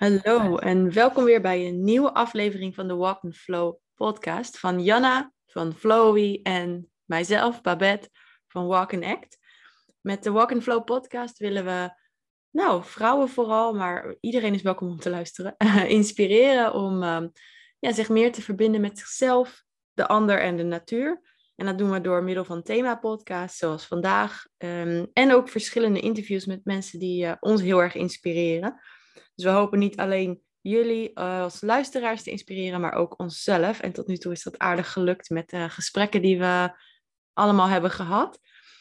Hallo en welkom weer bij een nieuwe aflevering van de Walk and Flow podcast van Janna van Flowy en mijzelf, Babette van Walk and Act. Met de Walk and Flow podcast willen we, vrouwen vooral, maar iedereen is welkom om te luisteren, inspireren om zich meer te verbinden met zichzelf, de ander en de natuur. En dat doen we door middel van thema-podcasts zoals vandaag en ook verschillende interviews met mensen die ons heel erg inspireren. Dus we hopen niet alleen jullie als luisteraars te inspireren, maar ook onszelf. En tot nu toe is dat aardig gelukt met de gesprekken die we allemaal hebben gehad.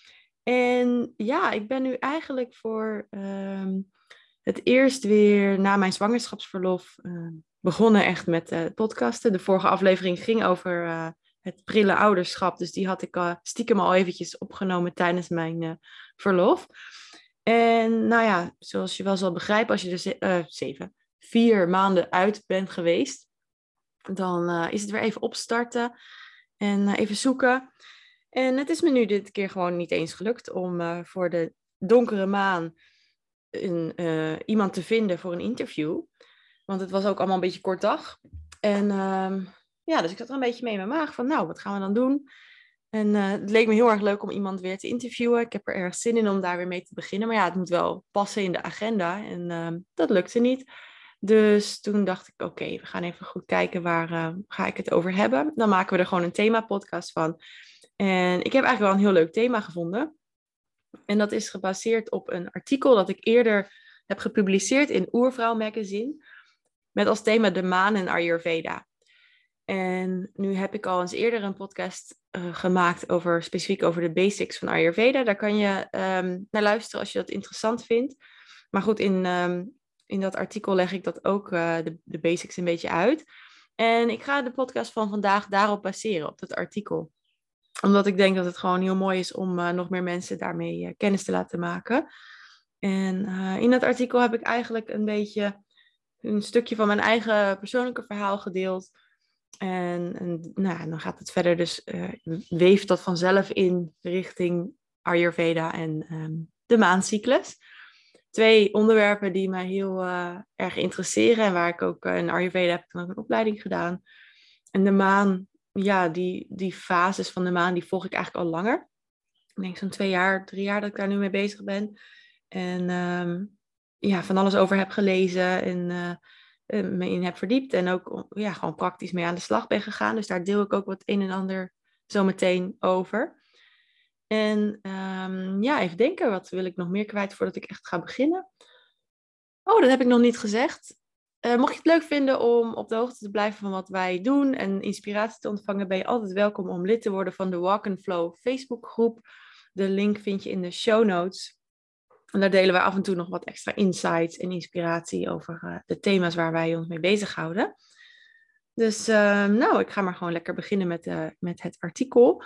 En ja, ik ben nu eigenlijk voor het eerst weer na mijn zwangerschapsverlof begonnen echt met podcasten. De vorige aflevering ging over het prille ouderschap. Dus die had ik stiekem al eventjes opgenomen tijdens mijn verlof. En nou ja, zoals je wel zal begrijpen, als je er 4 maanden uit bent geweest, dan is het weer even opstarten en even zoeken. En het is me nu dit keer gewoon niet eens gelukt om voor de donkere maan iemand te vinden voor een interview. Want het was ook allemaal een beetje kort dag. En dus ik zat er een beetje mee in mijn maag van, nou, wat gaan we dan doen? En het leek me heel erg leuk om iemand weer te interviewen. Ik heb er erg zin in om daar weer mee te beginnen. Maar ja, het moet wel passen in de agenda. En dat lukte niet. Dus toen dacht ik, oké, we gaan even goed kijken waar ga ik het over hebben. Dan maken we er gewoon een thema-podcast van. En ik heb eigenlijk wel een heel leuk thema gevonden. En dat is gebaseerd op een artikel dat ik eerder heb gepubliceerd in Oervrouw Magazine. Met als thema de maan en Ayurveda. En nu heb ik al eens eerder een podcast gemaakt specifiek over de basics van Ayurveda. Daar kan je naar luisteren als je dat interessant vindt. Maar goed, in dat artikel leg ik dat ook de basics een beetje uit. En ik ga de podcast van vandaag daarop baseren, op dat artikel. Omdat ik denk dat het gewoon heel mooi is om nog meer mensen daarmee kennis te laten maken. En in dat artikel heb ik eigenlijk een beetje een stukje van mijn eigen persoonlijke verhaal gedeeld. En dan gaat het verder, dus weeft dat vanzelf in richting Ayurveda en de maancyclus. 2 onderwerpen die mij heel erg interesseren en waar ik ook in Ayurveda heb ik dan ook een opleiding gedaan. En de maan, ja, die fases van de maan, die volg ik eigenlijk al langer. Ik denk zo'n 2 jaar, 3 jaar dat ik daar nu mee bezig ben. En van alles over heb gelezen en me in heb verdiept. En ook gewoon praktisch mee aan de slag ben gegaan. Dus daar deel ik ook wat een en ander zo meteen over. En even denken, wat wil ik nog meer kwijt voordat ik echt ga beginnen? Oh, dat heb ik nog niet gezegd. Mocht je het leuk vinden om op de hoogte te blijven van wat wij doen en inspiratie te ontvangen, ben je altijd welkom om lid te worden van de Walk and Flow Facebookgroep. De link vind je in de show notes. En daar delen we af en toe nog wat extra insights en inspiratie over de thema's waar wij ons mee bezighouden. Dus ik ga maar gewoon lekker beginnen met het artikel.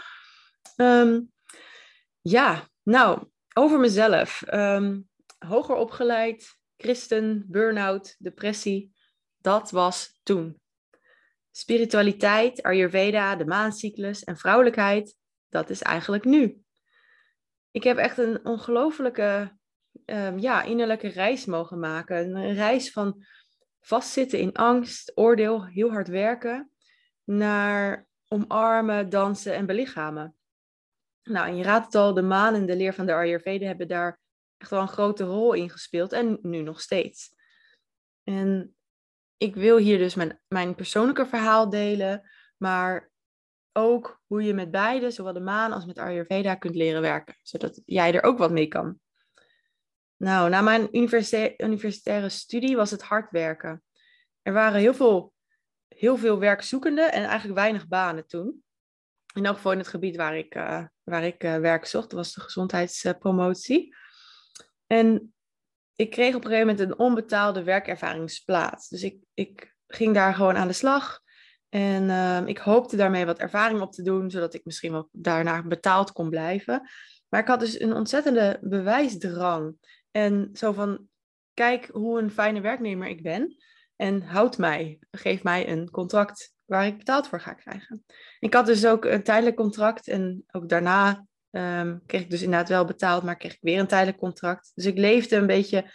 Over mezelf. Hoger opgeleid, christen, burn-out, depressie. Dat was toen. Spiritualiteit, Ayurveda, de maancyclus en vrouwelijkheid, dat is eigenlijk nu. Ik heb echt een ongelofelijke innerlijke reis mogen maken. Een reis van vastzitten in angst, oordeel, heel hard werken, naar omarmen, dansen en belichamen. Nou, en je raadt het al, de maan en de leer van de Ayurveda hebben daar echt wel een grote rol in gespeeld en nu nog steeds. En ik wil hier dus mijn persoonlijke verhaal delen, maar ook hoe je met beide, zowel de maan als met Ayurveda, kunt leren werken, zodat jij er ook wat mee kan. Nou, na mijn universitaire studie was het hard werken. Er waren heel veel werkzoekenden en eigenlijk weinig banen toen. In elk geval in het gebied waar ik werk zocht, dat was de gezondheidspromotie. En ik kreeg op een gegeven moment een onbetaalde werkervaringsplaats. Dus ik ging daar gewoon aan de slag. En ik hoopte daarmee wat ervaring op te doen, zodat ik misschien wel daarna betaald kon blijven. Maar ik had dus een ontzettende bewijsdrang. En zo van, kijk hoe een fijne werknemer ik ben. En houd mij, geef mij een contract waar ik betaald voor ga krijgen. Ik had dus ook een tijdelijk contract. En ook daarna kreeg ik dus inderdaad wel betaald, maar kreeg ik weer een tijdelijk contract. Dus ik leefde een beetje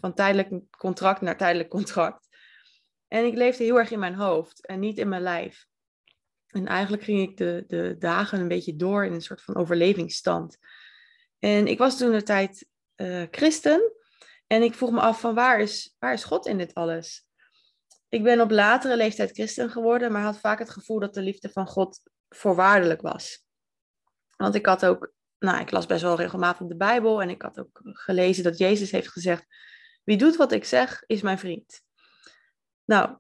van tijdelijk contract naar tijdelijk contract. En ik leefde heel erg in mijn hoofd en niet in mijn lijf. En eigenlijk ging ik de dagen een beetje door in een soort van overlevingsstand. En ik was toen de tijd christen. En ik vroeg me af van waar is God in dit alles? Ik ben op latere leeftijd christen geworden, maar had vaak het gevoel dat de liefde van God voorwaardelijk was. Want ik had ook, ik las best wel regelmatig de Bijbel en ik had ook gelezen dat Jezus heeft gezegd, wie doet wat ik zeg, is mijn vriend. Nou,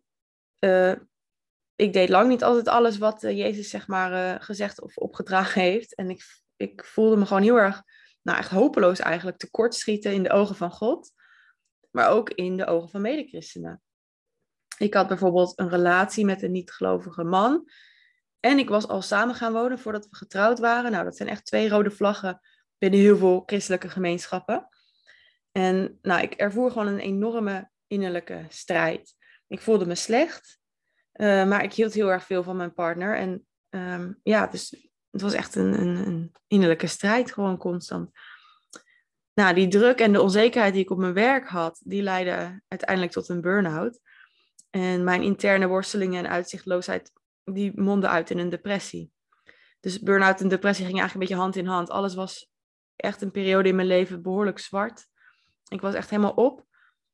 ik deed lang niet altijd alles wat Jezus zeg maar gezegd of opgedragen heeft. En ik voelde me gewoon heel erg, echt hopeloos eigenlijk, tekortschieten in de ogen van God. Maar ook in de ogen van medechristenen. Ik had bijvoorbeeld een relatie met een niet-gelovige man. En ik was al samen gaan wonen voordat we getrouwd waren. Nou, dat zijn echt 2 rode vlaggen binnen heel veel christelijke gemeenschappen. En ik ervoer gewoon een enorme innerlijke strijd. Ik voelde me slecht. Maar ik hield heel erg veel van mijn partner. En dus het was echt een innerlijke strijd, gewoon constant. Nou, die druk en de onzekerheid die ik op mijn werk had, die leidde uiteindelijk tot een burn-out. En mijn interne worstelingen en uitzichtloosheid, die mondden uit in een depressie. Dus burn-out en depressie gingen eigenlijk een beetje hand in hand. Alles was echt een periode in mijn leven behoorlijk zwart. Ik was echt helemaal op.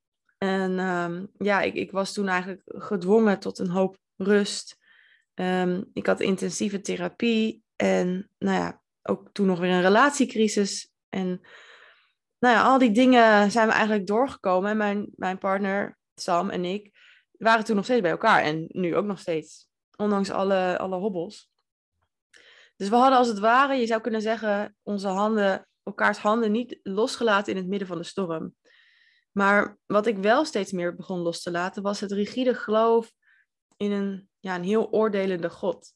En ik was toen eigenlijk gedwongen tot een hoop rust. Ik had intensieve therapie en ook toen nog weer een relatiecrisis. En al die dingen zijn we eigenlijk doorgekomen. En mijn partner, Sam en ik, waren toen nog steeds bij elkaar. En nu ook nog steeds, ondanks alle hobbels. Dus we hadden als het ware, je zou kunnen zeggen, elkaars handen niet losgelaten in het midden van de storm. Maar wat ik wel steeds meer begon los te laten, was het rigide geloof in een heel oordelende God.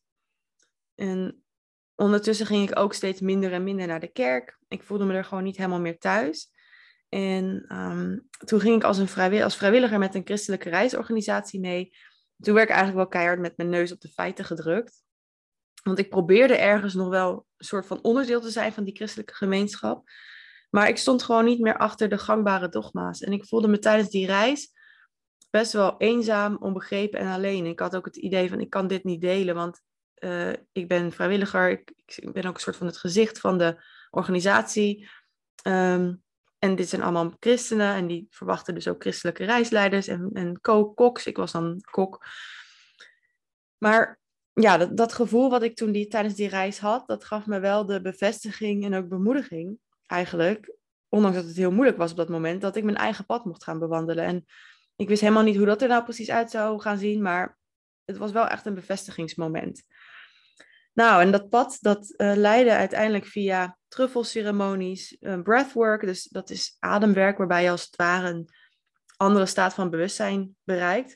En ondertussen ging ik ook steeds minder en minder naar de kerk. Ik voelde me er gewoon niet helemaal meer thuis. En toen ging ik als vrijwilliger met een christelijke reisorganisatie mee. Toen werd ik eigenlijk wel keihard met mijn neus op de feiten gedrukt. Want ik probeerde ergens nog wel een soort van onderdeel te zijn van die christelijke gemeenschap. Maar ik stond gewoon niet meer achter de gangbare dogma's. En ik voelde me tijdens die reis best wel eenzaam, onbegrepen en alleen. Ik had ook het idee van, ik kan dit niet delen, want ik ben vrijwilliger. Ik ben ook een soort van het gezicht van de organisatie. En dit zijn allemaal christenen en die verwachten dus ook christelijke reisleiders en koks. Ik was dan kok. Maar ja, dat gevoel wat ik toen tijdens die reis had, dat gaf me wel de bevestiging en ook bemoediging eigenlijk. Ondanks dat het heel moeilijk was op dat moment, dat ik mijn eigen pad mocht gaan bewandelen. En ik wist helemaal niet hoe dat er nou precies uit zou gaan zien, maar het was wel echt een bevestigingsmoment. Nou, en dat pad, dat leidde uiteindelijk via truffelceremonies, breathwork, dus dat is ademwerk waarbij je als het ware een andere staat van bewustzijn bereikt.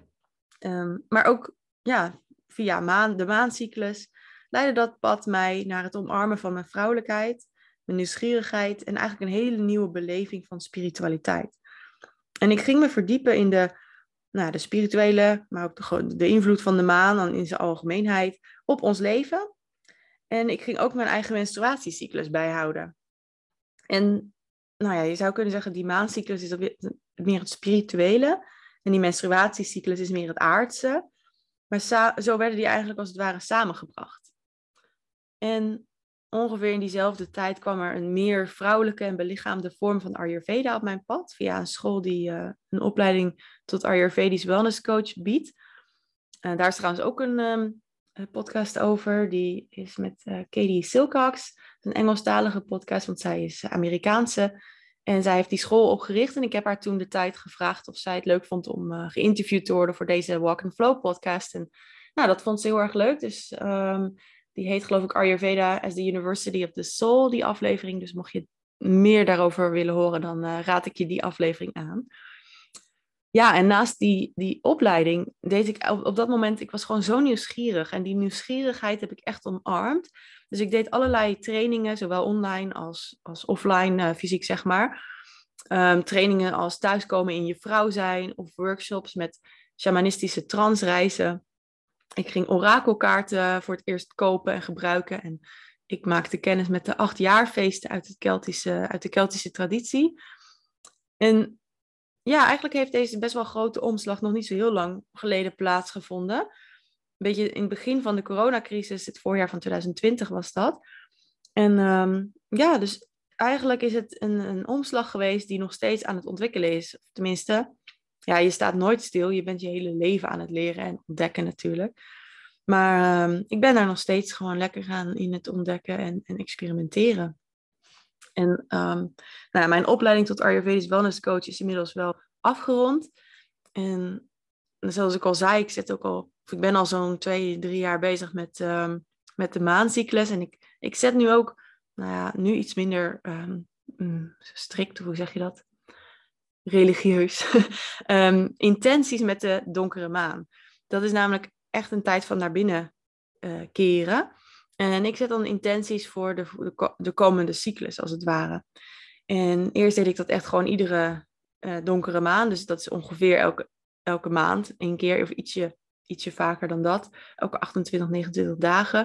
Maar ook via de maancyclus leidde dat pad mij naar het omarmen van mijn vrouwelijkheid, mijn nieuwsgierigheid en eigenlijk een hele nieuwe beleving van spiritualiteit. En ik ging me verdiepen in de spirituele, maar ook de invloed van de maan in zijn algemeenheid op ons leven. En ik ging ook mijn eigen menstruatiecyclus bijhouden. En je zou kunnen zeggen, die maancyclus is meer het spirituele. En die menstruatiecyclus is meer het aardse. Maar zo werden die eigenlijk als het ware samengebracht. En ongeveer in diezelfde tijd kwam er een meer vrouwelijke en belichaamde vorm van Ayurveda op mijn pad. Via een school die een opleiding tot Ayurvedisch wellness coach biedt. Daar is trouwens ook een podcast over. Die is met Katie Silcox. Een Engelstalige podcast, want zij is Amerikaanse. En zij heeft die school opgericht. En ik heb haar toen de tijd gevraagd of zij het leuk vond om geïnterviewd te worden voor deze Walk and Flow podcast. En dat vond ze heel erg leuk. Dus die heet geloof ik Ayurveda as the University of the Soul, die aflevering. Dus mocht je meer daarover willen horen, dan raad ik je die aflevering aan. Ja, en naast die opleiding deed ik op dat moment, ik was gewoon zo nieuwsgierig. En die nieuwsgierigheid heb ik echt omarmd. Dus ik deed allerlei trainingen, zowel online als offline, fysiek zeg maar. Trainingen als thuiskomen in je vrouw zijn of workshops met shamanistische transreizen. Ik ging orakelkaarten voor het eerst kopen en gebruiken. En ik maakte kennis met de 8-jaarfeesten uit de Keltische traditie. En ja, eigenlijk heeft deze best wel grote omslag nog niet zo heel lang geleden plaatsgevonden. Een beetje in het begin van de coronacrisis, het voorjaar van 2020 was dat. En ja, dus eigenlijk is het een omslag geweest die nog steeds aan het ontwikkelen is. Of tenminste, ja, je staat nooit stil. Je bent je hele leven aan het leren en ontdekken natuurlijk. Maar ik ben daar nog steeds gewoon lekker aan in het ontdekken en experimenteren. En nou, mijn opleiding tot Ayurvedisch wellness coach is inmiddels wel afgerond. En zoals ik al zei, ik ben al zo'n 2, 3 jaar bezig met de maandcyclus. En ik zet nu ook, nou ja, nu iets minder strikt, hoe zeg je dat? Religieus. Intenties met de donkere maan. Dat is namelijk echt een tijd van naar binnen keren. En ik zet dan intenties voor de komende cyclus, als het ware. En eerst deed ik dat echt gewoon iedere donkere maan. Dus dat is ongeveer elke maand 1 keer of ietsje vaker dan dat. Elke 28, 29 dagen.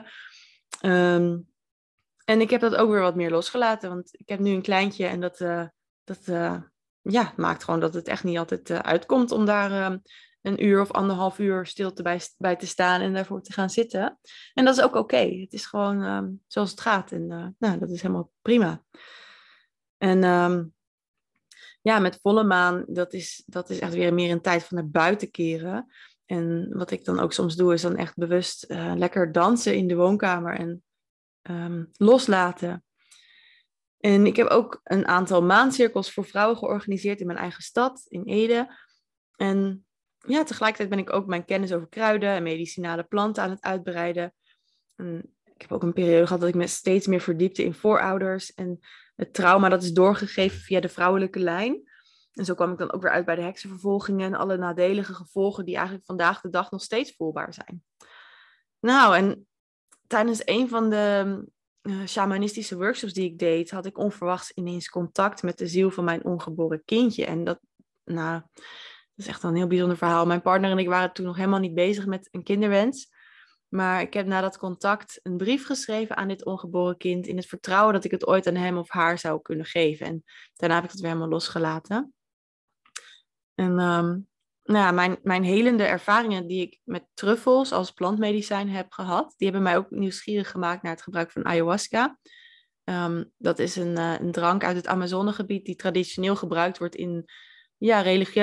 En ik heb dat ook weer wat meer losgelaten. Want ik heb nu een kleintje en dat ja, maakt gewoon dat het echt niet altijd uitkomt om daar 1 uur of 1,5 uur stilte bij te staan en daarvoor te gaan zitten. En dat is ook oké. Het is gewoon zoals het gaat. En nou, dat is helemaal prima. En ja, met volle maan, dat is echt weer meer een tijd van naar buiten keren. En wat ik dan ook soms doe, is dan echt bewust lekker dansen in de woonkamer en loslaten. En ik heb ook een aantal maancirkels voor vrouwen georganiseerd in mijn eigen stad, in Ede. En ja, tegelijkertijd ben ik ook mijn kennis over kruiden en medicinale planten aan het uitbreiden. En ik heb ook een periode gehad dat ik me steeds meer verdiepte in voorouders en het trauma dat is doorgegeven via de vrouwelijke lijn. En zo kwam ik dan ook weer uit bij de heksenvervolgingen en alle nadelige gevolgen die eigenlijk vandaag de dag nog steeds voelbaar zijn. Nou, en tijdens een van de shamanistische workshops die ik deed, had ik onverwachts ineens contact met de ziel van mijn ongeboren kindje. En nou, dat is echt een heel bijzonder verhaal. Mijn partner en ik waren toen nog helemaal niet bezig met een kinderwens. Maar ik heb na dat contact een brief geschreven aan dit ongeboren kind in het vertrouwen dat ik het ooit aan hem of haar zou kunnen geven. En daarna heb ik het weer helemaal losgelaten. En nou ja, mijn helende ervaringen die ik met truffels als plantmedicijn heb gehad, die hebben mij ook nieuwsgierig gemaakt naar het gebruik van ayahuasca. Dat is een drank uit het Amazonegebied die traditioneel gebruikt wordt in ja,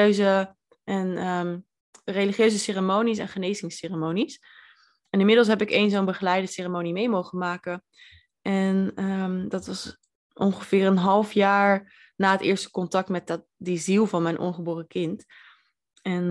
religieuze ceremonies en genezingsceremonies. En inmiddels heb ik zo'n begeleide ceremonie mee mogen maken. En dat was ongeveer een half jaar na het eerste contact met die ziel van mijn ongeboren kind. En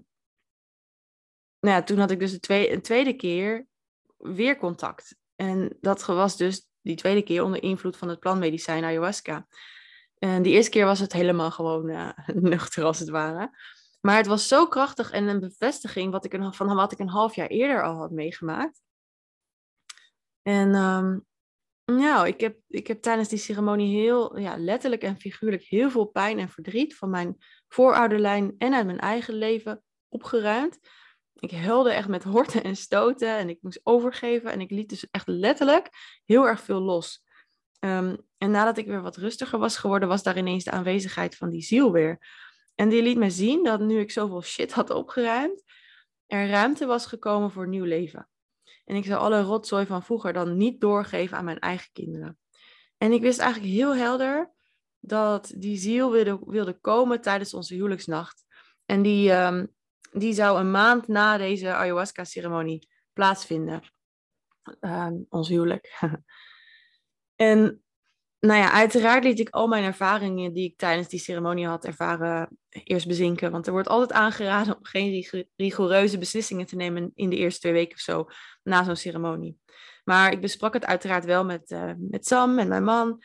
nou ja, toen had ik dus een tweede keer weer contact. En dat was dus die tweede keer onder invloed van het plantmedicijn ayahuasca. En die eerste keer was het helemaal gewoon nuchter als het ware. Maar het was zo krachtig en een bevestiging van wat ik een half jaar eerder al had meegemaakt. En nou, ik heb tijdens die ceremonie heel letterlijk en figuurlijk heel veel pijn en verdriet van mijn voorouderlijn en uit mijn eigen leven opgeruimd. Ik huilde echt met horten en stoten en ik moest overgeven en ik liet dus echt letterlijk heel erg veel los. En nadat ik weer wat rustiger was geworden, was daar ineens de aanwezigheid van die ziel weer. En die liet me zien dat nu ik zoveel shit had opgeruimd, er ruimte was gekomen voor nieuw leven. En ik zou alle rotzooi van vroeger dan niet doorgeven aan mijn eigen kinderen. En ik wist eigenlijk heel helder dat die ziel wilde komen tijdens onze huwelijksnacht. En die zou een maand na deze ayahuasca-ceremonie plaatsvinden. Ons huwelijk. En nou ja, uiteraard liet ik al mijn ervaringen die ik tijdens die ceremonie had ervaren eerst bezinken. Want er wordt altijd aangeraden om geen rigoureuze beslissingen te nemen in de eerste 2 weken of zo na zo'n ceremonie. Maar ik besprak het uiteraard wel met Sam en mijn man.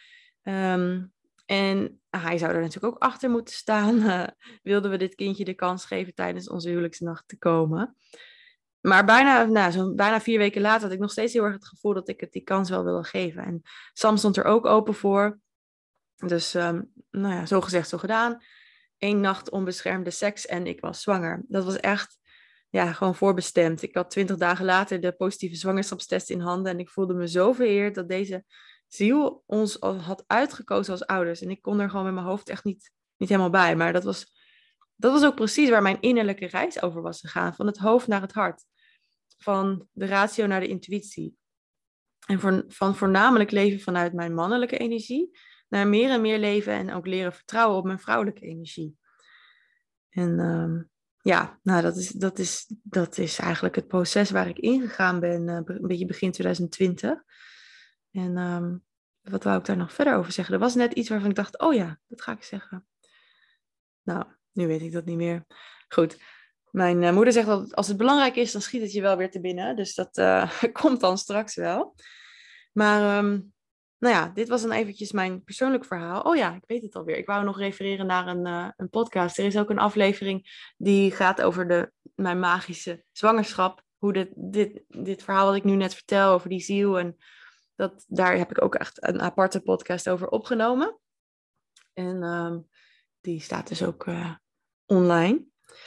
En hij zou er natuurlijk ook achter moeten staan. Wilden we dit kindje de kans geven tijdens onze huwelijksnacht te komen. Maar bijna 4 weken later had ik nog steeds heel erg het gevoel dat ik het die kans wel wilde geven. En Sam stond er ook open voor. Dus nou ja, zo gezegd, zo gedaan. 1 nacht onbeschermde seks en ik was zwanger. Dat was echt gewoon voorbestemd. Ik had 20 dagen later de positieve zwangerschapstest in handen. En ik voelde me zo vereerd dat deze ziel ons al had uitgekozen als ouders. En ik kon er gewoon met mijn hoofd echt niet helemaal bij. Maar dat was dat was ook precies waar mijn innerlijke reis over was gegaan. Van het hoofd naar het hart. Van de ratio naar de intuïtie. En van voornamelijk leven vanuit mijn mannelijke energie naar meer en meer leven en ook leren vertrouwen op mijn vrouwelijke energie. En nou, dat is eigenlijk het proces waar ik ingegaan ben, een beetje begin 2020. En wat wou ik daar nog verder over zeggen? Er was net iets waarvan ik dacht, oh ja, dat ga ik zeggen. Nou, nu weet ik dat niet meer. Goed. Mijn moeder zegt dat als het belangrijk is, dan schiet het je wel weer te binnen. Dus dat komt dan straks wel. Maar nou ja, dit was dan eventjes mijn persoonlijk verhaal. Oh ja, ik weet het alweer. Ik wou nog refereren naar een podcast. Er is ook een aflevering die gaat over mijn magische zwangerschap. Hoe dit verhaal wat ik nu net vertel over die ziel. En daar heb ik ook echt een aparte podcast over opgenomen. En die staat dus ook online.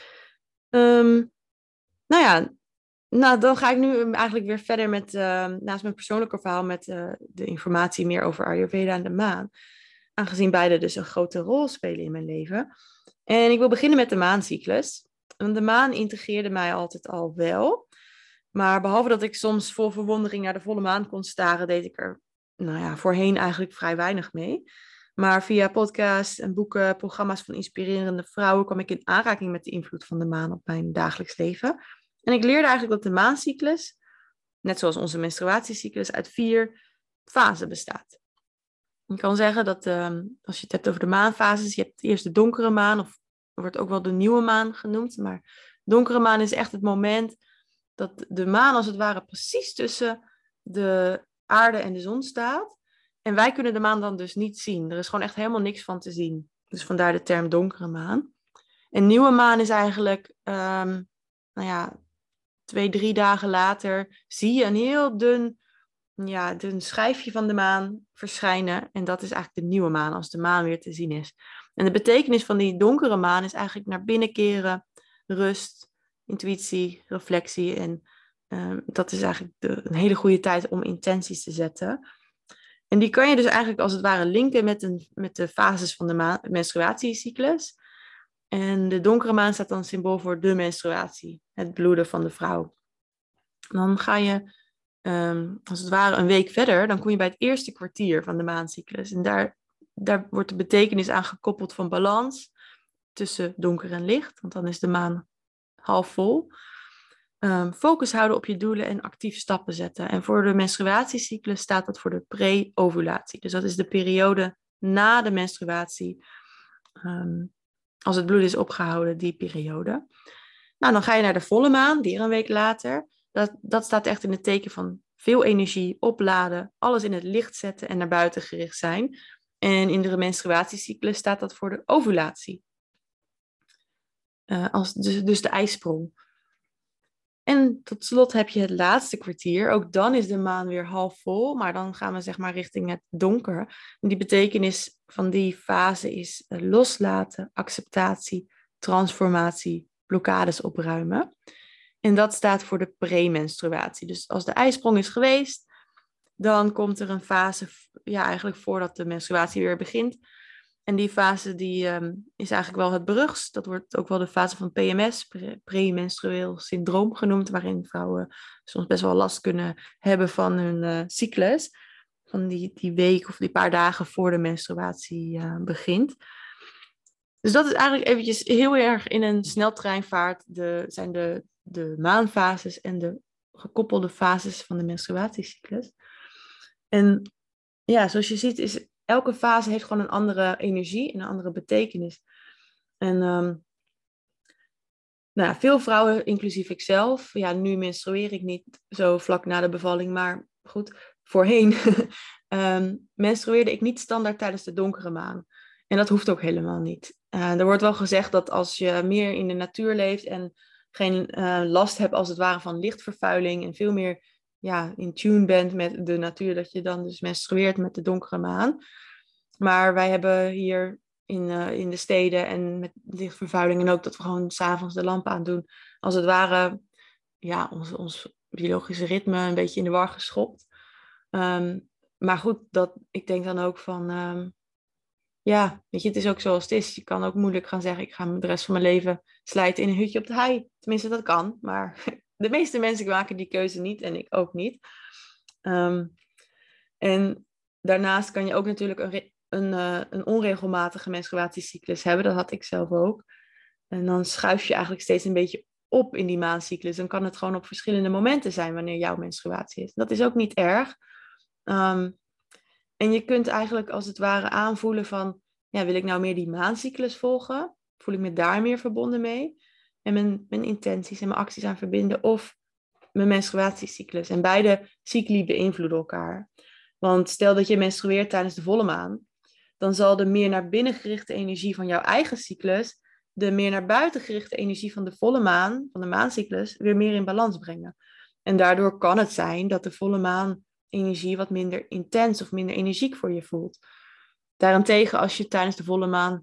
Nou ja, dan ga ik nu eigenlijk weer verder met, naast mijn persoonlijke verhaal, met de informatie meer over Ayurveda en de maan. Aangezien beide dus een grote rol spelen in mijn leven. En ik wil beginnen met de maancyclus. Want de maan integreerde mij altijd al wel. Maar behalve dat ik soms vol verwondering naar de volle maan kon staren, deed ik er voorheen eigenlijk vrij weinig mee. Maar via podcasts en boeken, programma's van inspirerende vrouwen kwam ik in aanraking met de invloed van de maan op mijn dagelijks leven. En ik leerde eigenlijk dat de maancyclus, net zoals onze menstruatiecyclus, uit 4 fasen bestaat. Je kan zeggen dat als je het hebt over de maanfases, je hebt eerst de donkere maan, of wordt ook wel de nieuwe maan genoemd. Maar donkere maan is echt het moment dat de maan als het ware precies tussen de aarde en de zon staat. En wij kunnen de maan dan dus niet zien. Er is gewoon echt helemaal niks van te zien. Dus vandaar de term donkere maan. En nieuwe maan is eigenlijk, 2-3 dagen later zie je een heel dun schijfje van de maan verschijnen. En dat is eigenlijk de nieuwe maan, als de maan weer te zien is. En de betekenis van die donkere maan is eigenlijk naar binnen keren, rust, intuïtie, reflectie. En dat is eigenlijk een hele goede tijd om intenties te zetten. En die kan je dus eigenlijk als het ware linken met de fases van de menstruatiecyclus. En de donkere maan staat dan symbool voor de menstruatie, het bloeden van de vrouw. Dan ga je, als het ware een week verder, dan kom je bij het eerste kwartier van de maancyclus. En daar wordt de betekenis aan gekoppeld van balans tussen donker en licht, want dan is de maan half vol. Focus houden op je doelen en actief stappen zetten. En voor de menstruatiecyclus staat dat voor de pre-ovulatie. Dus dat is de periode na de menstruatie. Als het bloed is opgehouden, die periode. Nou, dan ga je naar de volle maan, weer een week later. Dat staat echt in het teken van veel energie, opladen, alles in het licht zetten en naar buiten gericht zijn. En in de menstruatiecyclus staat dat voor de ovulatie. Dus de ijsprong. En tot slot heb je het laatste kwartier. Ook dan is de maan weer half vol, maar dan gaan we zeg maar richting het donker. En die betekenis van die fase is loslaten, acceptatie, transformatie, blokkades opruimen. En dat staat voor de premenstruatie. Dus als de ijsprong is geweest, dan komt er een fase, eigenlijk voordat de menstruatie weer begint. En die fase is eigenlijk wel het beruchtst. Dat wordt ook wel de fase van PMS, premenstrueel syndroom genoemd, waarin vrouwen soms best wel last kunnen hebben van hun cyclus. Van die week of die paar dagen voor de menstruatie begint. Dus dat is eigenlijk eventjes heel erg in een sneltreinvaart. Zijn de maanfases en de gekoppelde fases van de menstruatiecyclus. En ja, zoals je ziet is elke fase heeft gewoon een andere energie en een andere betekenis. En veel vrouwen, inclusief ikzelf, nu menstrueer ik niet zo vlak na de bevalling, maar goed, voorheen menstrueerde ik niet standaard tijdens de donkere maan. En dat hoeft ook helemaal niet. Er wordt wel gezegd dat als je meer in de natuur leeft en geen last hebt als het ware van lichtvervuiling en veel meer in tune bent met de natuur, dat je dan dus menstrueert met de donkere maan. Maar wij hebben hier in de steden en met lichtvervuiling en ook dat we gewoon 's avonds de lamp aandoen, als het ware ons biologische ritme een beetje in de war geschopt. Maar goed, ik denk dan ook van ja, weet je, het is ook zoals het is. Je kan ook moeilijk gaan zeggen, ik ga de rest van mijn leven slijten in een hutje op de hei. Tenminste, dat kan, maar de meeste mensen maken die keuze niet en ik ook niet. Ehm, en daarnaast kan je ook natuurlijk een onregelmatige menstruatiecyclus hebben. Dat had ik zelf ook. En dan schuif je eigenlijk steeds een beetje op in die maandcyclus. Dan kan het gewoon op verschillende momenten zijn wanneer jouw menstruatie is. Dat is ook niet erg. Ehm, en je kunt eigenlijk als het ware aanvoelen van, ja, wil ik nou meer die maandcyclus volgen? Voel ik me daar meer verbonden mee? En mijn intenties en mijn acties aan verbinden of mijn menstruatiecyclus. En beide cycli beïnvloeden elkaar. Want stel dat je menstrueert tijdens de volle maan, dan zal de meer naar binnen gerichte energie van jouw eigen cyclus de meer naar buiten gerichte energie van de volle maan, van de maancyclus, weer meer in balans brengen. En daardoor kan het zijn dat de volle maan energie wat minder intens of minder energiek voor je voelt. Daarentegen, als je tijdens de volle maan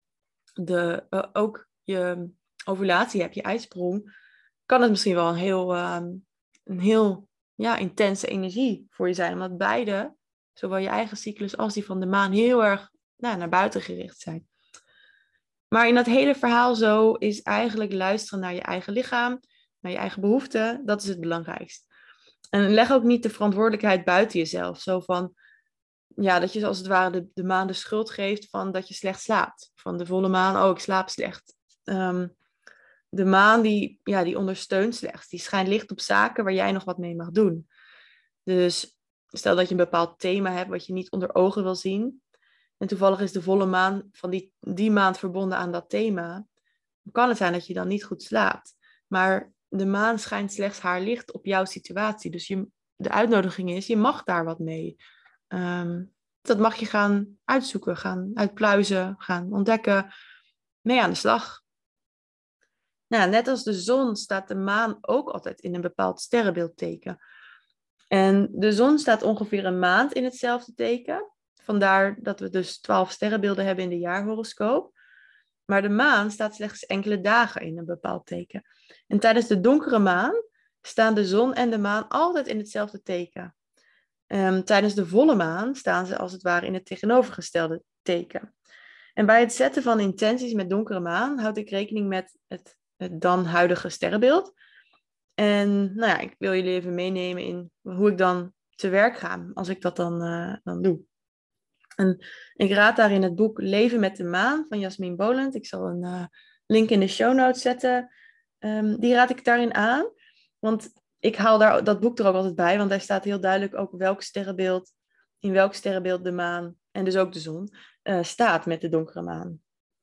ook je ovulatie hebt, je ijsprong, kan het misschien wel een heel intense energie voor je zijn. Omdat beide, zowel je eigen cyclus als die van de maan, heel erg naar buiten gericht zijn. Maar in dat hele verhaal zo is eigenlijk luisteren naar je eigen lichaam, naar je eigen behoeften, dat is het belangrijkst. En leg ook niet de verantwoordelijkheid buiten jezelf. Zo van, ja, dat je als het ware de maan de schuld geeft van dat je slecht slaapt. Van de volle maan, oh, ik slaap slecht. De maan die ondersteunt slechts. Die schijnt licht op zaken waar jij nog wat mee mag doen. Dus stel dat je een bepaald thema hebt wat je niet onder ogen wil zien. En toevallig is de volle maan van die maand verbonden aan dat thema. Dan kan het zijn dat je dan niet goed slaapt. Maar de maan schijnt slechts haar licht op jouw situatie. Dus de uitnodiging is, je mag daar wat mee. Dat mag je gaan uitzoeken, gaan uitpluizen, gaan ontdekken. Mee aan de slag. Nou, net als de zon staat de maan ook altijd in een bepaald sterrenbeeldteken. En de zon staat ongeveer een maand in hetzelfde teken. Vandaar dat we dus 12 sterrenbeelden hebben in de jaarhoroscoop. Maar de maan staat slechts enkele dagen in een bepaald teken. En tijdens de donkere maan staan de zon en de maan altijd in hetzelfde teken. Tijdens de volle maan staan ze als het ware in het tegenovergestelde teken. En bij het zetten van intenties met donkere maan houd ik rekening met het dan huidige sterrenbeeld. En nou ja, ik wil jullie even meenemen in hoe ik dan te werk ga als ik dat dan doe. En ik raad daarin het boek Leven met de Maan van Jasmin Boland. Ik zal een link in de show notes zetten. Die raad ik daarin aan. Want ik haal dat boek er ook altijd bij. Want daar staat heel duidelijk ook in welk sterrenbeeld de maan en dus ook de zon staat met de donkere maan.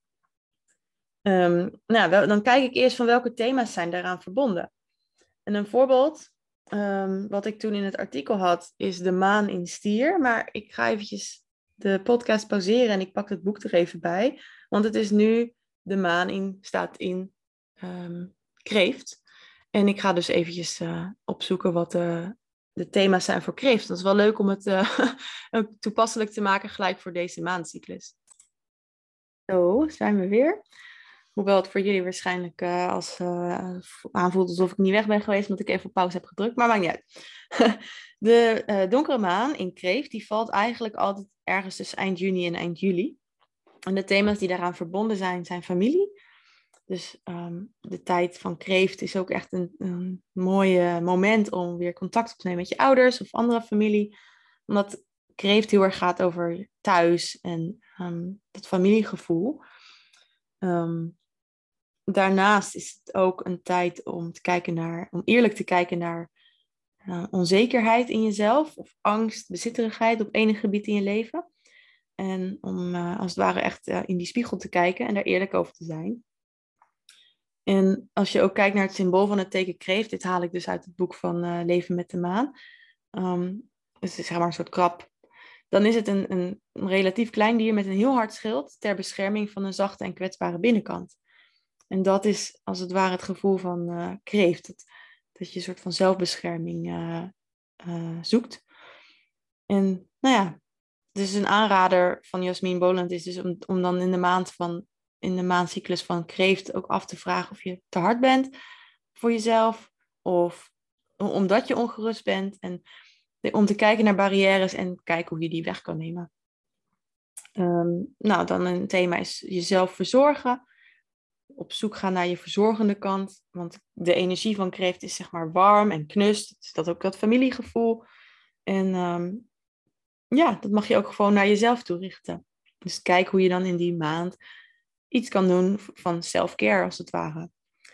Dan kijk ik eerst van welke thema's zijn daaraan verbonden. En een voorbeeld, wat ik toen in het artikel had, is de maan in stier. Maar ik ga eventjes de podcast pauzeren en ik pak het boek er even bij. Want het is nu de maan staat in kreeft. En ik ga dus eventjes opzoeken wat de thema's zijn voor kreeft. Dat is wel leuk om het ook toepasselijk te maken gelijk voor deze maandcyclus. Zo, zijn we weer. Hoewel het voor jullie waarschijnlijk aanvoelt alsof ik niet weg ben geweest, omdat ik even op pauze heb gedrukt. Maar maakt niet uit. De donkere maan in kreeft, die valt eigenlijk altijd ergens tussen eind juni en eind juli. En de thema's die daaraan verbonden zijn familie. Dus de tijd van kreeft is ook echt een mooi moment om weer contact op te nemen met je ouders of andere familie. Omdat kreeft heel erg gaat over thuis en dat familiegevoel. Daarnaast is het ook een tijd om eerlijk te kijken naar onzekerheid in jezelf of angst, bezitterigheid op enig gebied in je leven. En om als het ware echt in die spiegel te kijken en daar eerlijk over te zijn. En als je ook kijkt naar het symbool van het teken kreeft, dit haal ik dus uit het boek van Leven met de Maan. Dus het is zeg maar een soort krab. Dan is het een relatief klein dier met een heel hard schild ter bescherming van een zachte en kwetsbare binnenkant. En dat is als het ware het gevoel van kreeft. Dat je een soort van zelfbescherming zoekt. En nou ja, dus een aanrader van Jasmin Boland is dus om dan in de maandcyclus van kreeft ook af te vragen of je te hard bent voor jezelf. Of omdat je ongerust bent. En om te kijken naar barrières en kijken hoe je die weg kan nemen. Nou, dan een thema is jezelf verzorgen. Op zoek gaan naar je verzorgende kant. Want de energie van kreeft is zeg maar warm en knust. Dus dat ook dat familiegevoel. En ja, dat mag je ook gewoon naar jezelf toe richten. Dus kijk hoe je dan in die maand iets kan doen van self-care als het ware.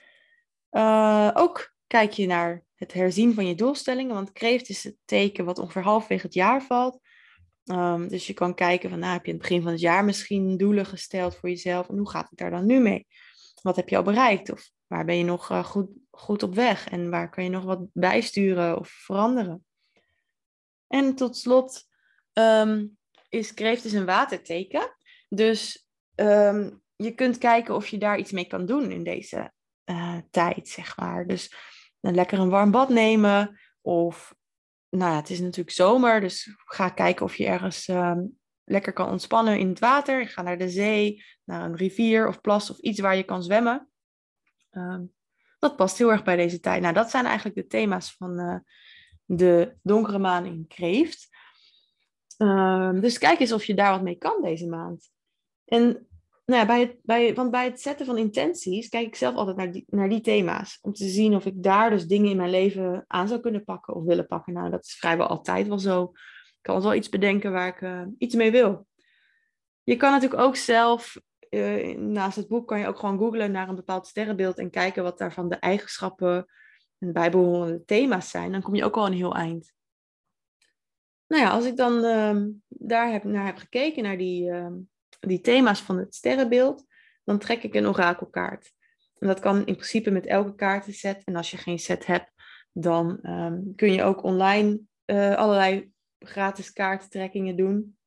Ook kijk je naar het herzien van je doelstellingen. Want kreeft is het teken wat ongeveer halverwege het jaar valt. Dus je kan kijken van, heb je in het begin van het jaar misschien doelen gesteld voor jezelf? En hoe gaat het daar dan nu mee? Wat heb je al bereikt? Of waar ben je nog goed op weg? En waar kan je nog wat bijsturen of veranderen? En tot slot is kreeft dus een waterteken. Dus je kunt kijken of je daar iets mee kan doen in deze tijd, zeg maar. Dus lekker een warm bad nemen. Of, het is natuurlijk zomer, dus ga kijken of je ergens lekker kan ontspannen in het water. Ga naar de zee, naar een rivier of plas of iets waar je kan zwemmen. Dat past heel erg bij deze tijd. Nou, dat zijn eigenlijk de thema's van de donkere maan in kreeft. Dus kijk eens of je daar wat mee kan deze maand. En want bij het zetten van intenties kijk ik zelf altijd naar die thema's. Om te zien of ik daar dus dingen in mijn leven aan zou kunnen pakken of willen pakken. Nou, dat is vrijwel altijd wel zo. Ik kan altijd wel iets bedenken waar ik iets mee wil. Je kan natuurlijk ook zelf, naast het boek kan je ook gewoon googlen naar een bepaald sterrenbeeld en kijken wat daarvan de eigenschappen en bijbehorende thema's zijn. Dan kom je ook al een heel eind. Nou ja, als ik dan naar heb gekeken, naar die thema's van het sterrenbeeld, dan trek ik een orakelkaart. En dat kan in principe met elke kaartenset. En als je geen set hebt, dan kun je ook online allerlei gratis kaarttrekkingen doen.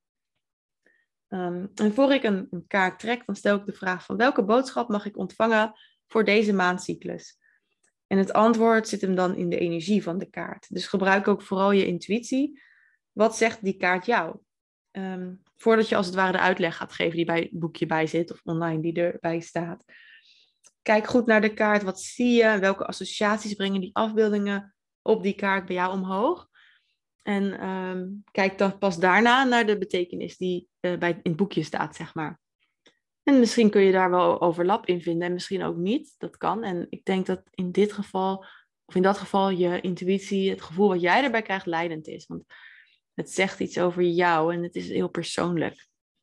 En voor ik een kaart trek, dan stel ik de vraag van welke boodschap mag ik ontvangen voor deze maandcyclus? En het antwoord zit hem dan in de energie van de kaart. Dus gebruik ook vooral je intuïtie. Wat zegt die kaart jou? Voordat je als het ware de uitleg gaat geven die bij het boekje bij zit of online die erbij staat. Kijk goed naar de kaart. Wat zie je? Welke associaties brengen die afbeeldingen op die kaart bij jou omhoog? En kijk dan pas daarna naar de betekenis die in het boekje staat, zeg maar. En misschien kun je daar wel overlap in vinden en misschien ook niet. Dat kan. En ik denk dat in dit geval, of in dat geval, je intuïtie, het gevoel wat jij erbij krijgt, leidend is. Want het zegt iets over jou en het is heel persoonlijk.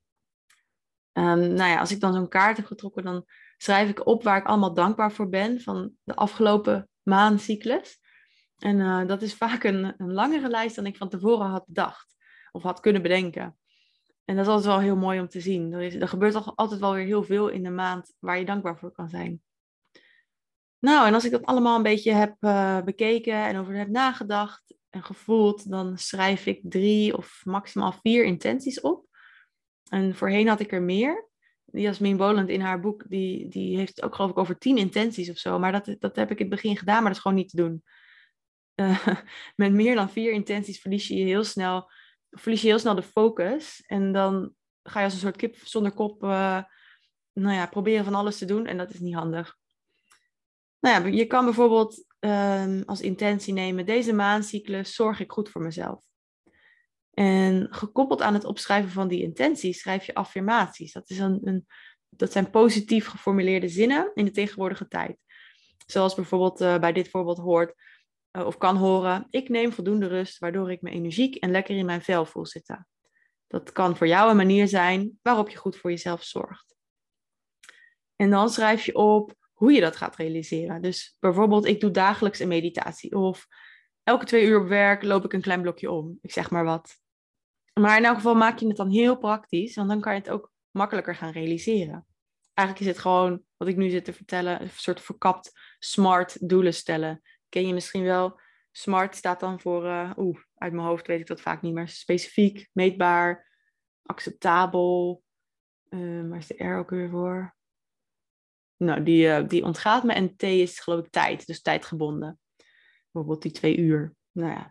Als ik dan zo'n kaart heb getrokken, dan schrijf ik op waar ik allemaal dankbaar voor ben van de afgelopen maandcyclus. En dat is vaak een langere lijst dan ik van tevoren had bedacht of had kunnen bedenken. En dat is altijd wel heel mooi om te zien. Er gebeurt toch altijd wel weer heel veel in de maand waar je dankbaar voor kan zijn. Nou, en als ik dat allemaal een beetje heb bekeken en over heb nagedacht en gevoeld, dan schrijf ik 3 of maximaal 4 intenties op. En voorheen had ik er meer. Jasmin Boland in haar boek, die heeft het ook geloof ik over 10 intenties of zo. Maar dat heb ik in het begin gedaan, maar dat is gewoon niet te doen. Met meer dan 4 intenties verlies je heel snel de focus. En dan ga je als een soort kip zonder kop proberen van alles te doen. En dat is niet handig. Je kan bijvoorbeeld als intentie nemen, deze maandcyclus zorg ik goed voor mezelf. En gekoppeld aan het opschrijven van die intenties schrijf je affirmaties. Dat zijn positief geformuleerde zinnen in de tegenwoordige tijd. Zoals bijvoorbeeld bij dit voorbeeld hoort of kan horen: ik neem voldoende rust, waardoor ik me energiek en lekker in mijn vel voel zitten. Dat kan voor jou een manier zijn waarop je goed voor jezelf zorgt. En dan schrijf je op hoe je dat gaat realiseren. Dus bijvoorbeeld, ik doe dagelijks een meditatie. Of elke 2 uur op werk loop ik een klein blokje om. Ik zeg maar wat. Maar in elk geval maak je het dan heel praktisch, want dan kan je het ook makkelijker gaan realiseren. Eigenlijk is het gewoon, wat ik nu zit te vertellen, een soort verkapt smart doelen stellen. Ken je misschien wel? Smart staat dan voor, uit mijn hoofd weet ik dat vaak niet meer. Specifiek, meetbaar, acceptabel. Waar is de R ook weer voor? Nou, die ontgaat me. En T is geloof ik tijd, dus tijdgebonden. Bijvoorbeeld die 2 uur. Nou ja.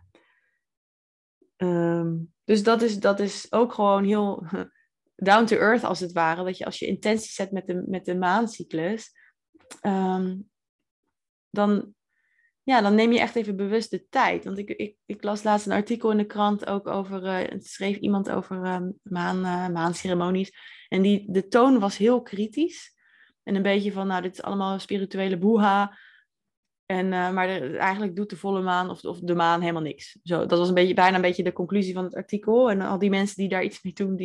Dus dat is ook gewoon heel down to earth als het ware. Dat je als je intenties zet met de maandcyclus, dan ja, dan neem je echt even bewust de tijd. Want ik las laatst een artikel in de krant ook over, het schreef iemand over maanceremonies. En de toon was heel kritisch. En een beetje van, nou, dit is allemaal spirituele boeha. Maar eigenlijk doet de volle maan of de maan helemaal niks. Zo, dat was bijna een beetje de conclusie van het artikel. En al die mensen die daar iets mee doen,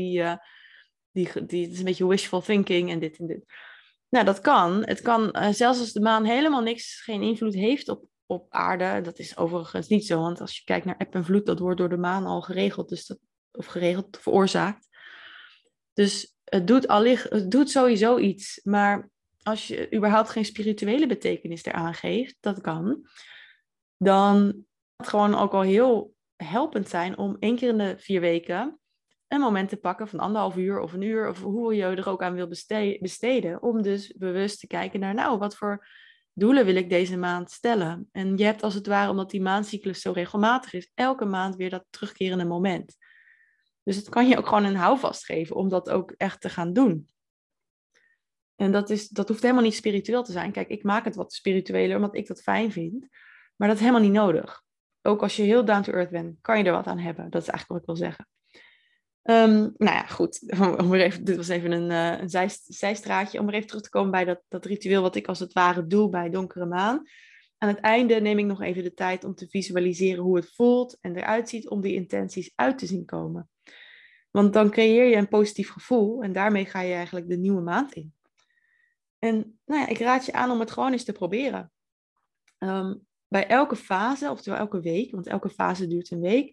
het is een beetje wishful thinking en dit en dit. Nou, dat kan. Het kan, zelfs als de maan helemaal niks, geen invloed heeft op aarde. Dat is overigens niet zo, want als je kijkt naar eb en vloed, dat wordt door de maan al geregeld. Of geregeld, veroorzaakt. Dus het doet sowieso iets. Maar als je überhaupt geen spirituele betekenis eraan geeft, dat kan, dan kan het gewoon ook al heel helpend zijn om 1 keer in de 4 weken een moment te pakken van 1,5 uur of 1 uur, of hoe je er ook aan wil besteden, om dus bewust te kijken naar, nou, wat voor doelen wil ik deze maand stellen? En je hebt als het ware, omdat die maandcyclus zo regelmatig is, elke maand weer dat terugkerende moment. Dus het kan je ook gewoon een houvast geven om dat ook echt te gaan doen. En dat hoeft helemaal niet spiritueel te zijn. Kijk, ik maak het wat spiritueler omdat ik dat fijn vind. Maar dat is helemaal niet nodig. Ook als je heel down to earth bent, kan je er wat aan hebben. Dat is eigenlijk wat ik wil zeggen. Nou ja, goed. Dit was even een zijstraatje. Om er even terug te komen bij dat ritueel wat ik als het ware doe bij donkere maan. Aan het einde neem ik nog even de tijd om te visualiseren hoe het voelt en eruit ziet om die intenties uit te zien komen. Want dan creëer je een positief gevoel en daarmee ga je eigenlijk de nieuwe maand in. En nou ja, ik raad je aan om het gewoon eens te proberen. Bij elke fase, oftewel elke week, want elke fase duurt een week,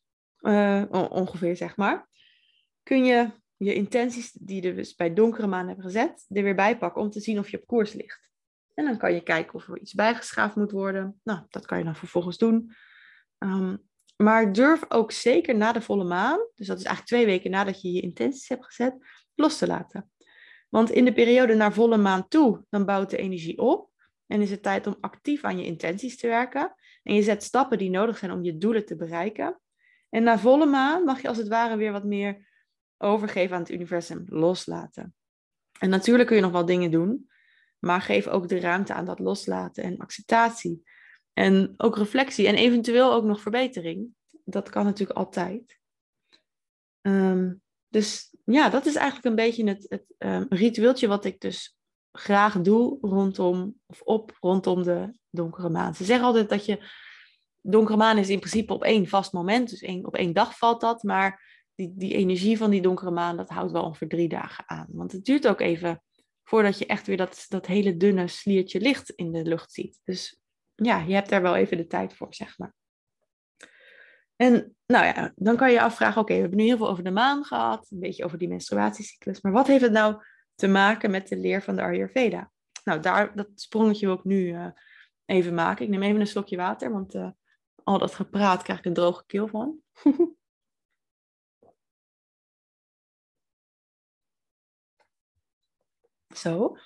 ongeveer zeg maar, kun je je intenties die je dus bij donkere maan hebt gezet, er weer bij pakken om te zien of je op koers ligt. En dan kan je kijken of er iets bijgeschaafd moet worden. Nou, dat kan je dan vervolgens doen. Maar durf ook zeker na de volle maan, dus dat is eigenlijk 2 weken nadat je je intenties hebt gezet, los te laten. Want in de periode naar volle maan toe, dan bouwt de energie op en is het tijd om actief aan je intenties te werken. En je zet stappen die nodig zijn om je doelen te bereiken. En na volle maan mag je als het ware weer wat meer overgeven aan het universum, loslaten. En natuurlijk kun je nog wel dingen doen, maar geef ook de ruimte aan dat loslaten en acceptatie. En ook reflectie en eventueel ook nog verbetering. Dat kan natuurlijk altijd. Dus ja, dat is eigenlijk een beetje het ritueeltje wat ik dus graag doe rondom de donkere maan. Ze zeggen altijd dat donkere maan is in principe op 1 vast moment, dus op 1 dag valt dat, maar die energie van die donkere maan, dat houdt wel ongeveer 3 dagen aan. Want het duurt ook even voordat je echt weer dat hele dunne sliertje licht in de lucht ziet. Dus ja, je hebt daar wel even de tijd voor, zeg maar. En nou ja, dan kan je je afvragen, oké, we hebben nu heel veel over de maan gehad, een beetje over die menstruatiecyclus, maar wat heeft het nou te maken met de leer van de Ayurveda? Nou, dat sprongetje wil ik nu even maken. Ik neem even een slokje water, want al dat gepraat krijg ik een droge keel van. Zo.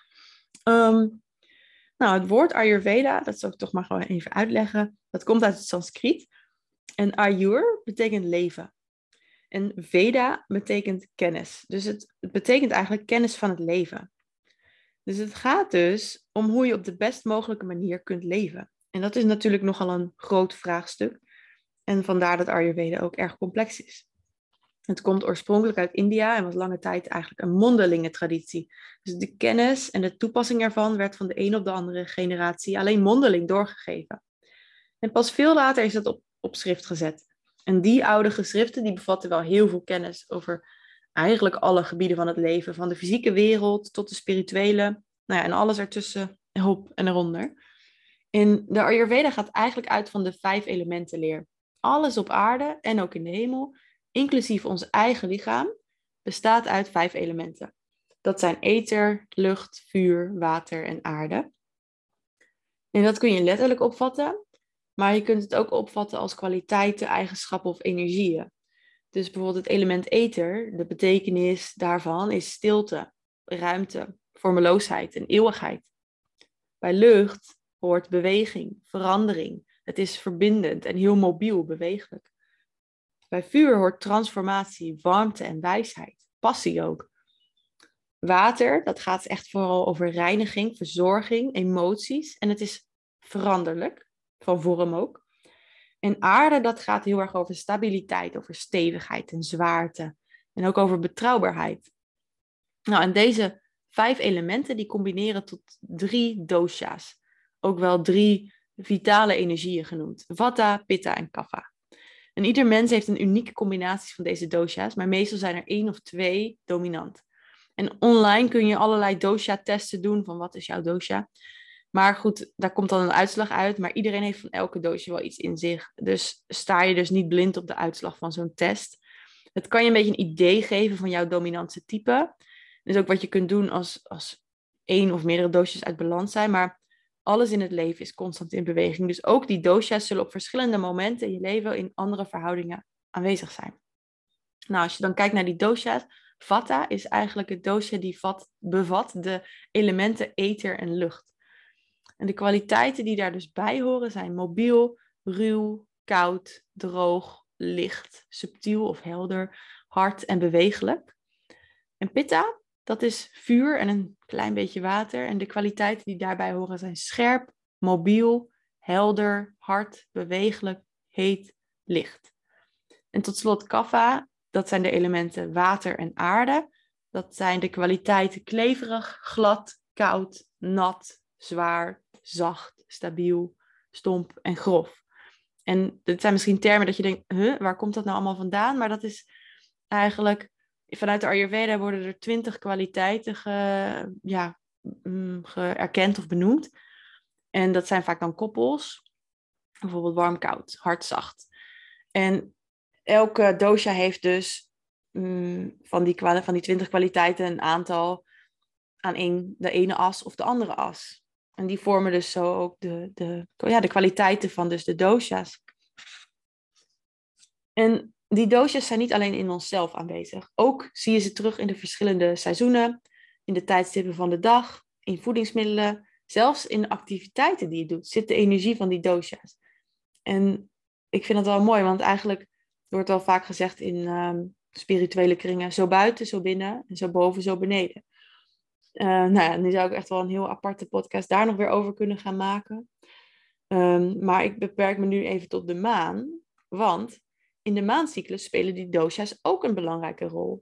Nou, het woord Ayurveda, dat zal ik toch maar gewoon even uitleggen. Dat komt uit het Sanskriet. En Ayur betekent leven. En Veda betekent kennis. Dus het betekent eigenlijk kennis van het leven. Dus het gaat dus om hoe je op de best mogelijke manier kunt leven. En dat is natuurlijk nogal een groot vraagstuk. En vandaar dat Ayurveda ook erg complex is. Het komt oorspronkelijk uit India en was lange tijd eigenlijk een mondelinge traditie. Dus de kennis en de toepassing ervan werd van de een op de andere generatie alleen mondeling doorgegeven. En pas veel later is dat op schrift gezet. En die oude geschriften die bevatten wel heel veel kennis over eigenlijk alle gebieden van het leven. Van de fysieke wereld tot de spirituele. Nou ja, en alles ertussen, op en eronder. En de Ayurveda gaat eigenlijk uit van de 5 elementenleer. Alles op aarde en ook in de hemel, inclusief ons eigen lichaam, bestaat uit 5 elementen. Dat zijn ether, lucht, vuur, water en aarde. En dat kun je letterlijk opvatten, maar je kunt het ook opvatten als kwaliteiten, eigenschappen of energieën. Dus bijvoorbeeld het element ether, de betekenis daarvan is stilte, ruimte, vormeloosheid en eeuwigheid. Bij lucht hoort beweging, verandering. Het is verbindend en heel mobiel, bewegelijk. Bij vuur hoort transformatie, warmte en wijsheid. Passie ook. Water, dat gaat echt vooral over reiniging, verzorging, emoties. En het is veranderlijk, van vorm ook. En aarde, dat gaat heel erg over stabiliteit, over stevigheid en zwaarte. En ook over betrouwbaarheid. Nou, en deze 5 elementen die combineren tot 3 dosha's. Ook wel 3 vitale energieën genoemd. Vata, Pitta en Kapha. En ieder mens heeft een unieke combinatie van deze dosha's, maar meestal zijn er 1 of 2 dominant. En online kun je allerlei dosha-testen doen van wat is jouw dosha. Maar goed, daar komt dan een uitslag uit, maar iedereen heeft van elke dosha wel iets in zich. Dus sta je dus niet blind op de uitslag van zo'n test. Het kan je een beetje een idee geven van jouw dominante type. Dus ook wat je kunt doen als 1 of meerdere dosha's uit balans zijn, maar alles in het leven is constant in beweging. Dus ook die dosha's zullen op verschillende momenten in je leven in andere verhoudingen aanwezig zijn. Nou, als je dan kijkt naar die dosha's, Vata is eigenlijk het dosha die bevat de elementen ether en lucht. En de kwaliteiten die daar dus bij horen zijn mobiel, ruw, koud, droog, licht, subtiel of helder, hard en bewegelijk. En Pitta, dat is vuur en een klein beetje water. En de kwaliteiten die daarbij horen zijn scherp, mobiel, helder, hard, bewegelijk, heet, licht. En tot slot Kapha, dat zijn de elementen water en aarde. Dat zijn de kwaliteiten kleverig, glad, koud, nat, zwaar, zacht, stabiel, stomp en grof. En dit zijn misschien termen dat je denkt, waar komt dat nou allemaal vandaan? Maar dat is eigenlijk, vanuit de Ayurveda worden er 20 kwaliteiten erkend of benoemd. En dat zijn vaak dan koppels. Bijvoorbeeld warm, koud, hard, zacht. En elke dosha heeft dus van die 20 kwaliteiten een aantal aan de ene as of de andere as. En die vormen dus zo ook de kwaliteiten van dus de dosha's. En die dosha's zijn niet alleen in onszelf aanwezig. Ook zie je ze terug in de verschillende seizoenen, in de tijdstippen van de dag, in voedingsmiddelen, zelfs in de activiteiten die je doet, zit de energie van die dosha's. En ik vind dat wel mooi, want eigenlijk wordt al vaak gezegd in spirituele kringen, zo buiten, zo binnen, en zo boven, zo beneden. Nu zou ik echt wel een heel aparte podcast daar nog weer over kunnen gaan maken. Maar ik beperk me nu even tot de maan, want in de maancyclus spelen die dosha's ook een belangrijke rol.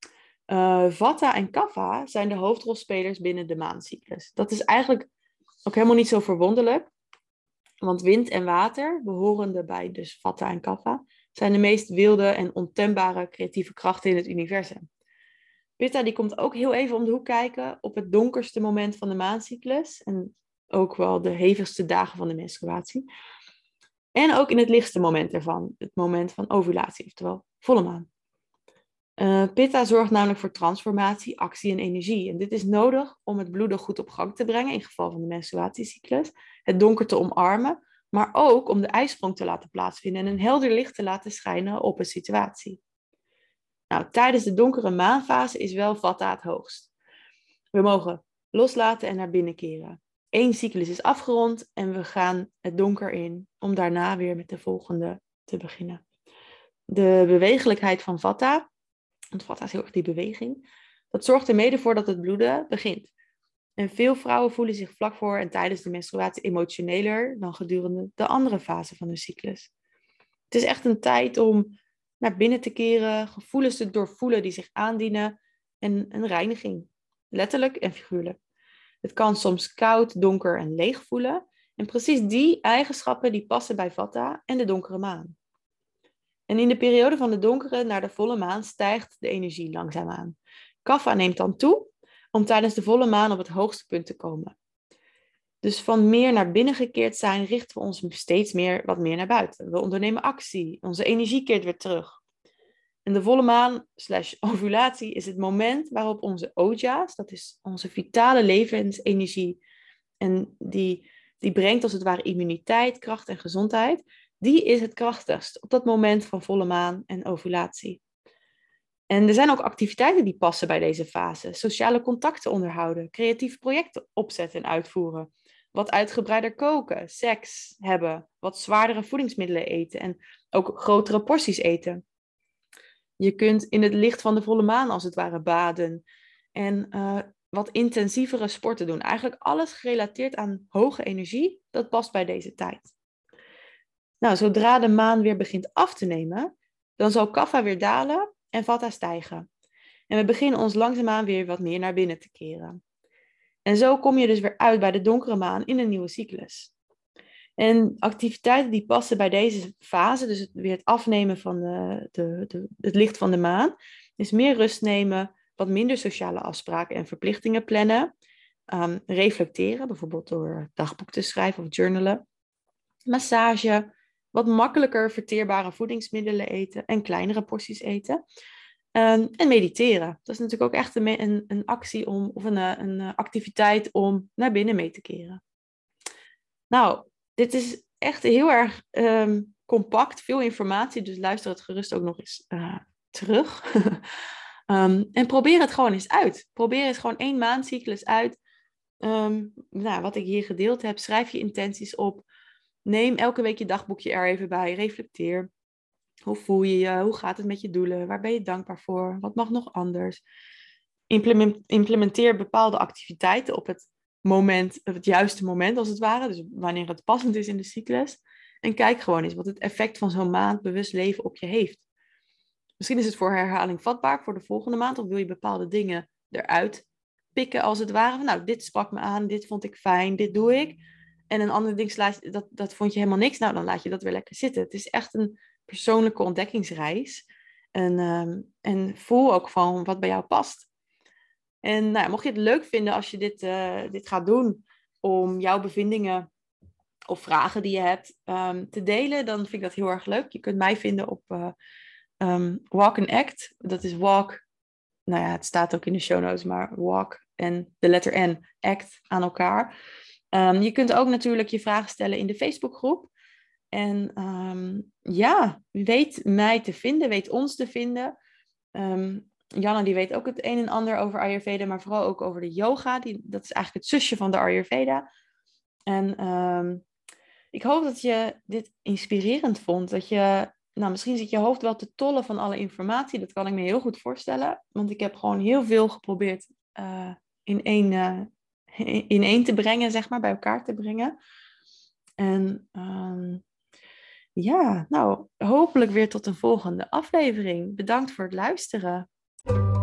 Vata en Kapha zijn de hoofdrolspelers binnen de maancyclus. Dat is eigenlijk ook helemaal niet zo verwonderlijk, want wind en water, behorende bij dus Vata en Kapha, zijn de meest wilde en ontembare creatieve krachten in het universum. Pitta die komt ook heel even om de hoek kijken op het donkerste moment van de maancyclus en ook wel de hevigste dagen van de menstruatie. En ook in het lichtste moment ervan, het moment van ovulatie, oftewel volle maan. Pitta zorgt namelijk voor transformatie, actie en energie. En dit is nodig om het bloeden goed op gang te brengen, in geval van de menstruatiecyclus, het donker te omarmen, maar ook om de ijsprong te laten plaatsvinden en een helder licht te laten schijnen op een situatie. Nou, tijdens de donkere maanfase is wel Vata het hoogst. We mogen loslaten en naar binnen keren. 1 cyclus is afgerond en we gaan het donker in om daarna weer met de volgende te beginnen. De bewegelijkheid van Vata, want Vata is heel erg die beweging, dat zorgt er mede voor dat het bloeden begint. En veel vrouwen voelen zich vlak voor en tijdens de menstruatie emotioneler dan gedurende de andere fase van hun cyclus. Het is echt een tijd om naar binnen te keren, gevoelens te doorvoelen die zich aandienen en een reiniging, letterlijk en figuurlijk. Het kan soms koud, donker en leeg voelen. En precies die eigenschappen die passen bij Vata en de donkere maan. En in de periode van de donkere naar de volle maan stijgt de energie langzaamaan. Kapha neemt dan toe om tijdens de volle maan op het hoogste punt te komen. Dus van meer naar binnen gekeerd zijn richten we ons steeds wat meer naar buiten. We ondernemen actie, onze energie keert weer terug. En de volle maan / ovulatie is het moment waarop onze oja's, dat is onze vitale levensenergie, en die brengt als het ware immuniteit, kracht en gezondheid, die is het krachtigst op dat moment van volle maan en ovulatie. En er zijn ook activiteiten die passen bij deze fase. Sociale contacten onderhouden, creatieve projecten opzetten en uitvoeren. Wat uitgebreider koken, seks hebben, wat zwaardere voedingsmiddelen eten en ook grotere porties eten. Je kunt in het licht van de volle maan als het ware baden en wat intensievere sporten doen. Eigenlijk alles gerelateerd aan hoge energie, dat past bij deze tijd. Nou, zodra de maan weer begint af te nemen, dan zal Kapha weer dalen en Vata stijgen. En we beginnen ons langzaamaan weer wat meer naar binnen te keren. En zo kom je dus weer uit bij de donkere maan in een nieuwe cyclus. En activiteiten die passen bij deze fase, dus weer het afnemen van het licht van de maan, is meer rust nemen, wat minder sociale afspraken en verplichtingen plannen, reflecteren, bijvoorbeeld door dagboek te schrijven of journalen, massage, wat makkelijker verteerbare voedingsmiddelen eten en kleinere porties eten. En mediteren. Dat is natuurlijk ook echt een actie of een activiteit om naar binnen mee te keren. Nou, dit is echt heel erg compact, veel informatie, dus luister het gerust ook nog eens terug. En probeer het gewoon eens uit. Probeer eens gewoon 1 maandcyclus uit. Nou, wat ik hier gedeeld heb, schrijf je intenties op. Neem elke week je dagboekje er even bij. Reflecteer. Hoe voel je je? Hoe gaat het met je doelen? Waar ben je dankbaar voor? Wat mag nog anders? Implementeer bepaalde activiteiten op het juiste moment als het ware. Dus wanneer het passend is in de cyclus. En kijk gewoon eens wat het effect van zo'n maand bewust leven op je heeft. Misschien is het voor herhaling vatbaar voor de volgende maand. Of wil je bepaalde dingen eruit pikken als het ware. Van, nou, dit sprak me aan, dit vond ik fijn, dit doe ik. En een ander ding dat vond je helemaal niks. Nou, dan laat je dat weer lekker zitten. Het is echt een persoonlijke ontdekkingsreis. En voel ook van wat bij jou past. En nou, mocht je het leuk vinden als je dit gaat doen om jouw bevindingen of vragen die je hebt te delen, dan vind ik dat heel erg leuk. Je kunt mij vinden op Walk and Act. Dat is walk, nou ja, het staat ook in de show notes, maar walk en de letter N, act aan elkaar. Je kunt ook natuurlijk je vragen stellen in de Facebookgroep. En ja, weet mij te vinden, weet ons te vinden. Janne die weet ook het een en ander over Ayurveda, maar vooral ook over de yoga. Dat is eigenlijk het zusje van de Ayurveda. En ik hoop dat je dit inspirerend vond. Dat je, nou, misschien zit je hoofd wel te tollen van alle informatie. Dat kan ik me heel goed voorstellen. Want ik heb gewoon heel veel geprobeerd in één te brengen, zeg maar, bij elkaar te brengen. En ja, nou, hopelijk weer tot een volgende aflevering. Bedankt voor het luisteren.